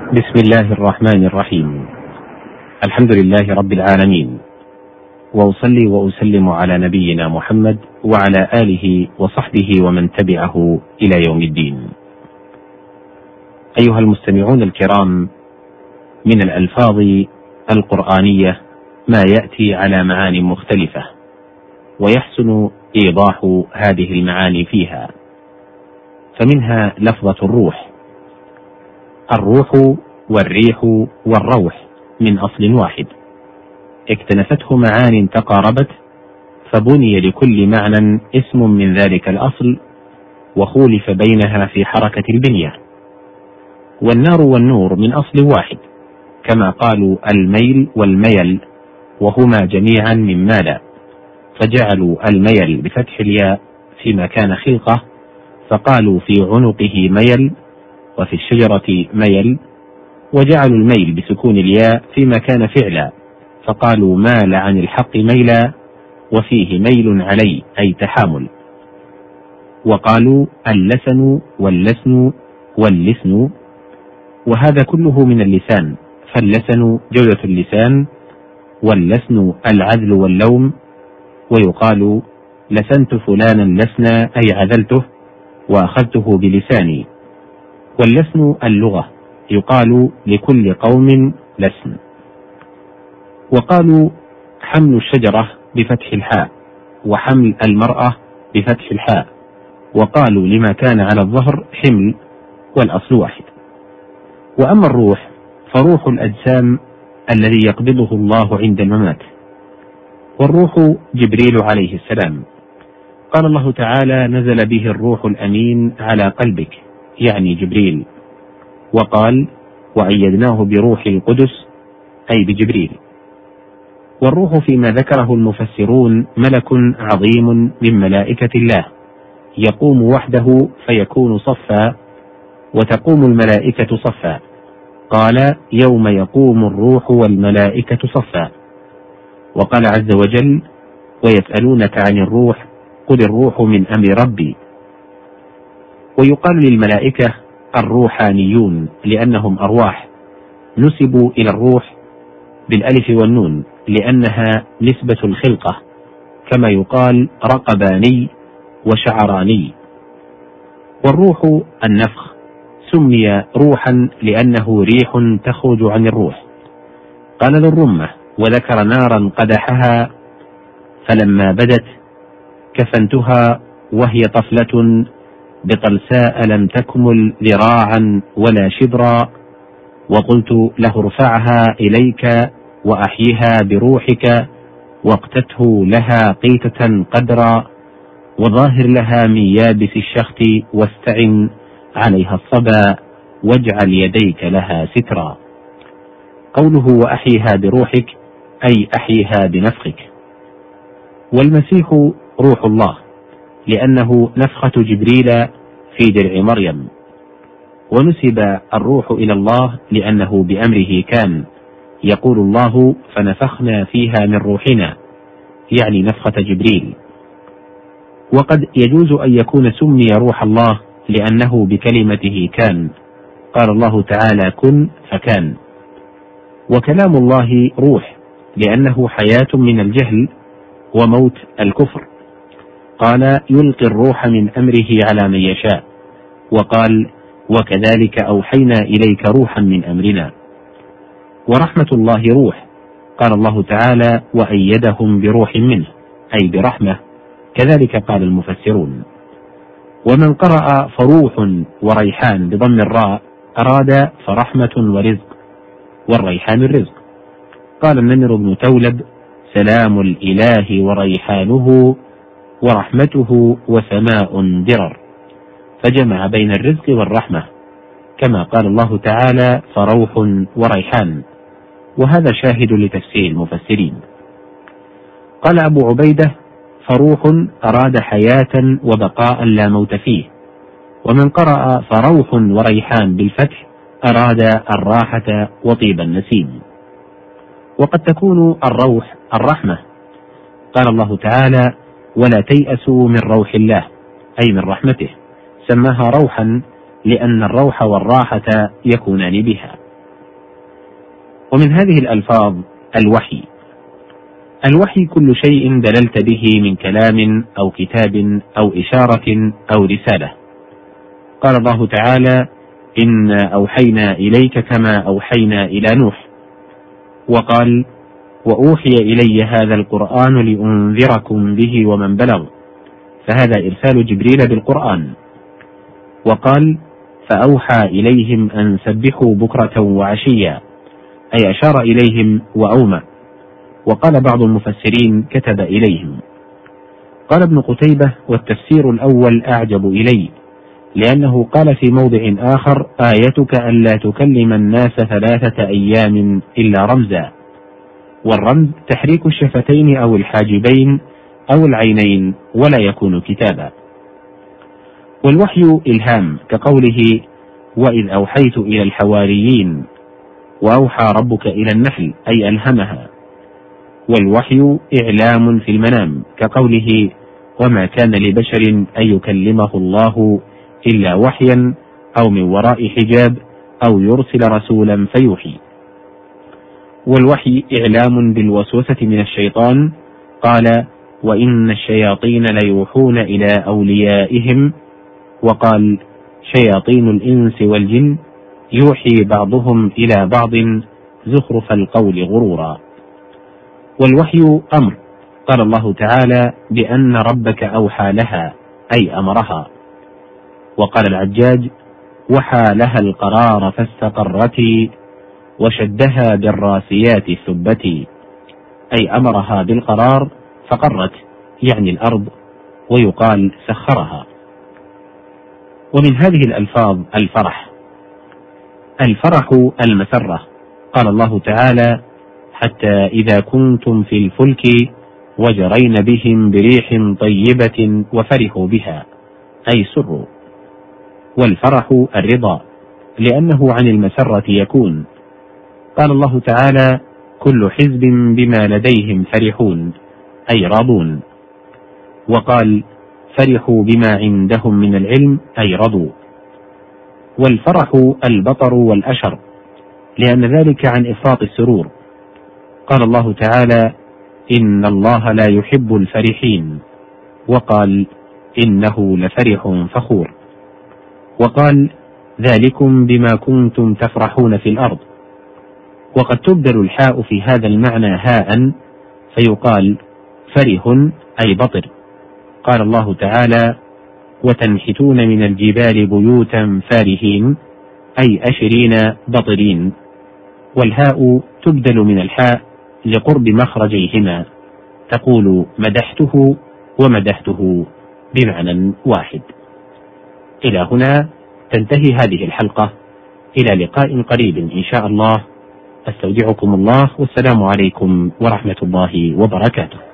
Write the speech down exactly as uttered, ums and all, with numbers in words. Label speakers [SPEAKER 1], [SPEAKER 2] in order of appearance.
[SPEAKER 1] بسم الله الرحمن الرحيم. الحمد لله رب العالمين، وأصلي وأسلم على نبينا محمد وعلى آله وصحبه ومن تبعه إلى يوم الدين. أيها المستمعون الكرام، من الألفاظ القرآنية ما يأتي على معاني مختلفة، ويحسن إيضاح هذه المعاني فيها. فمنها لفظة الروح. الروح والريح والروح من أصل واحد، اكتنفته معان تقاربت، فبني لكل معنى اسم من ذلك الأصل، وخولف بينها في حركة البنية. والنار والنور من أصل واحد، كما قالوا الميل والميل، وهما جميعا من مال، فجعلوا الميل بفتح الياء في مكان خلقة، فقالوا في عنقه ميل، وفي الشجرة ميل، وجعلوا الميل بسكون الياء في مكان فعلا، فقالوا مال عن الحق ميلا، وفيه ميل علي أي تحامل. وقالوا اللسن واللسن واللسن، وهذا كله من اللسان، فاللسن جودة اللسان، واللسن العدل واللوم. ويقال لسنت فلانا لسنا أي عذلته وأخذته بلساني. واللسن اللغة، يقال لكل قوم لسن. وقالوا حمل الشجرة بفتح الحاء، وحمل المرأة بفتح الحاء، وقالوا لما كان على الظهر حمل، والأصل واحد. وأما الروح فروح الأجسام الذي يقبضه الله عند الممات، والروح جبريل عليه السلام. قال الله تعالى نزل به الروح الأمين على قلبك، يعني جبريل. وقال وأيدناه بروح القدس، أي بجبريل. والروح فيما ذكره المفسرون ملك عظيم من ملائكة الله، يقوم وحده فيكون صفا، وتقوم الملائكة صفا. قال يوم يقوم الروح والملائكة صفا. وقال عز وجل ويسألونك عن الروح قل الروح من أمر ربي. ويقال للملائكة الروحانيون لأنهم أرواح، نسبوا إلى الروح بالألف والنون لأنها نسبة الخلقة، كما يقال رقباني وشعراني. والروح النفخ، سمي روحا لأنه ريح تخرج عن الروح. قال للرمة وذكر نارا قدحها، فلما بدت كفنتها وهي طفلة بطلساء لم تكمل ذراعا ولا شبرا، وقلت له ارفعها إليك وأحيها بروحك، واقتته لها قيتة قدرا، وظاهر لها من يابس الشخت، واستعن عليها الصبا، واجعل يديك لها سترا. قوله وأحيها بروحك أي أحيها بنفخك. والمسيح روح الله لأنه نفخة جبريل في درع مريم. ونسب الروح إلى الله لأنه بأمره كان، يقول الله فنفخنا فيها من روحنا، يعني نفخة جبريل. وقد يجوز أن يكون سمي روح الله لأنه بكلمته كان، قال الله تعالى كن فكان. وكلام الله روح لأنه حياة من الجهل وموت الكفر. قال يلقي الروح من أمره على من يشاء. وقال وكذلك أوحينا إليك روحا من أمرنا. ورحمة الله روح، قال الله تعالى وأيدهم بروح منه، أي برحمة، كذلك قال المفسرون. ومن قرأ فروح وريحان بضم الراء أراد فرحمة ورزق، والريحان الرزق. قال النمر بن تولب سلام الإله وريحانه ورحمته وسماء درر، فجمع بين الرزق والرحمة، كما قال الله تعالى فروح وريحان، وهذا شاهد لتفسير المفسرين. قال أبو عبيدة فروح أراد حياة وبقاء لا موت فيه. ومن قرأ فروح وريحان بالفتح أراد الراحة وطيب النسيم. وقد تكون الروح الرحمة، قال الله تعالى ولا تيأسوا من روح الله، أي من رحمته، سماها روحا لأن الروح والراحة يكونان بها. ومن هذه الألفاظ الوحي. الوحي كل شيء دللت به من كلام أو كتاب أو إشارة أو رسالة. قال الله تعالى: إنا أوحينا إليك كما أوحينا إلى نوح. وقال: وأوحي إلي هذا القرآن لأنذركم به ومن بلغ، فهذا إرسال جبريل بالقرآن. وقال: فأوحى إليهم أن سبحوا بكرة وعشيا، أي أشار إليهم وأومى. وقال بعض المفسرين: كتب إليهم. قال ابن قتيبة: والتفسير الأول أعجب إلي، لأنه قال في موضع آخر: آيتك ألا تكلم الناس ثلاثة أيام إلا رمزا. والرمز تحريك الشفتين أو الحاجبين أو العينين، ولا يكون كتابا. والوحي إلهام، كقوله: وإذ أوحيت إلى الحواريين وأوحى ربك إلى النحل، أي ألهمها. والوحي إعلام في المنام، كقوله: وما كان لبشر أن يكلمه الله إلا وحيا أو من وراء حجاب أو يرسل رسولا فيوحي. والوحي إعلام بالوسوسة من الشيطان، قال: وإن الشياطين ليوحون إلى أوليائهم. وقال: شياطين الإنس والجن يوحي بعضهم إلى بعض زخرف القول غرورا. والوحي أمر، قال الله تعالى: بأن ربك أوحى لها، أي أمرها. وقال العجاج: وحى لها القرار فاستقرت، وشدها بالراسيات ثبتي، أي أمرها بالقرار فقرت، يعني الأرض، ويقال سخرها. ومن هذه الألفاظ الفرح. الفرح المسرة، قال الله تعالى: حتى إذا كنتم في الفلك وجرين بهم بريح طيبة وفرحوا بها، أي سروا. والفرح الرضا، لأنه عن المسرة يكون. قال الله تعالى: كل حزب بما لديهم فرحون، أي راضون. وقال: فرحوا بما عندهم من العلم، أي رضوا. والفرح البطر والأشر، لأن ذلك عن إفراط السرور. قال الله تعالى: إن الله لا يحب الفرحين. وقال: إنه لفرح فخور. وقال: ذلكم بما كنتم تفرحون في الأرض. وقد تبدل الحاء في هذا المعنى هاء، فيقال: فرح أي بطر. قال الله تعالى: وتنحتون من الجبال بيوتا فارهين، أي أشرين بطرين. والهاء تبدل من الحاء لقرب مخرجيهما، تقول مدحته ومدحته بمعنى واحد. إلى هنا تنتهي هذه الحلقة، إلى لقاء قريب إن شاء الله. أستودعكم الله، والسلام عليكم ورحمة الله وبركاته.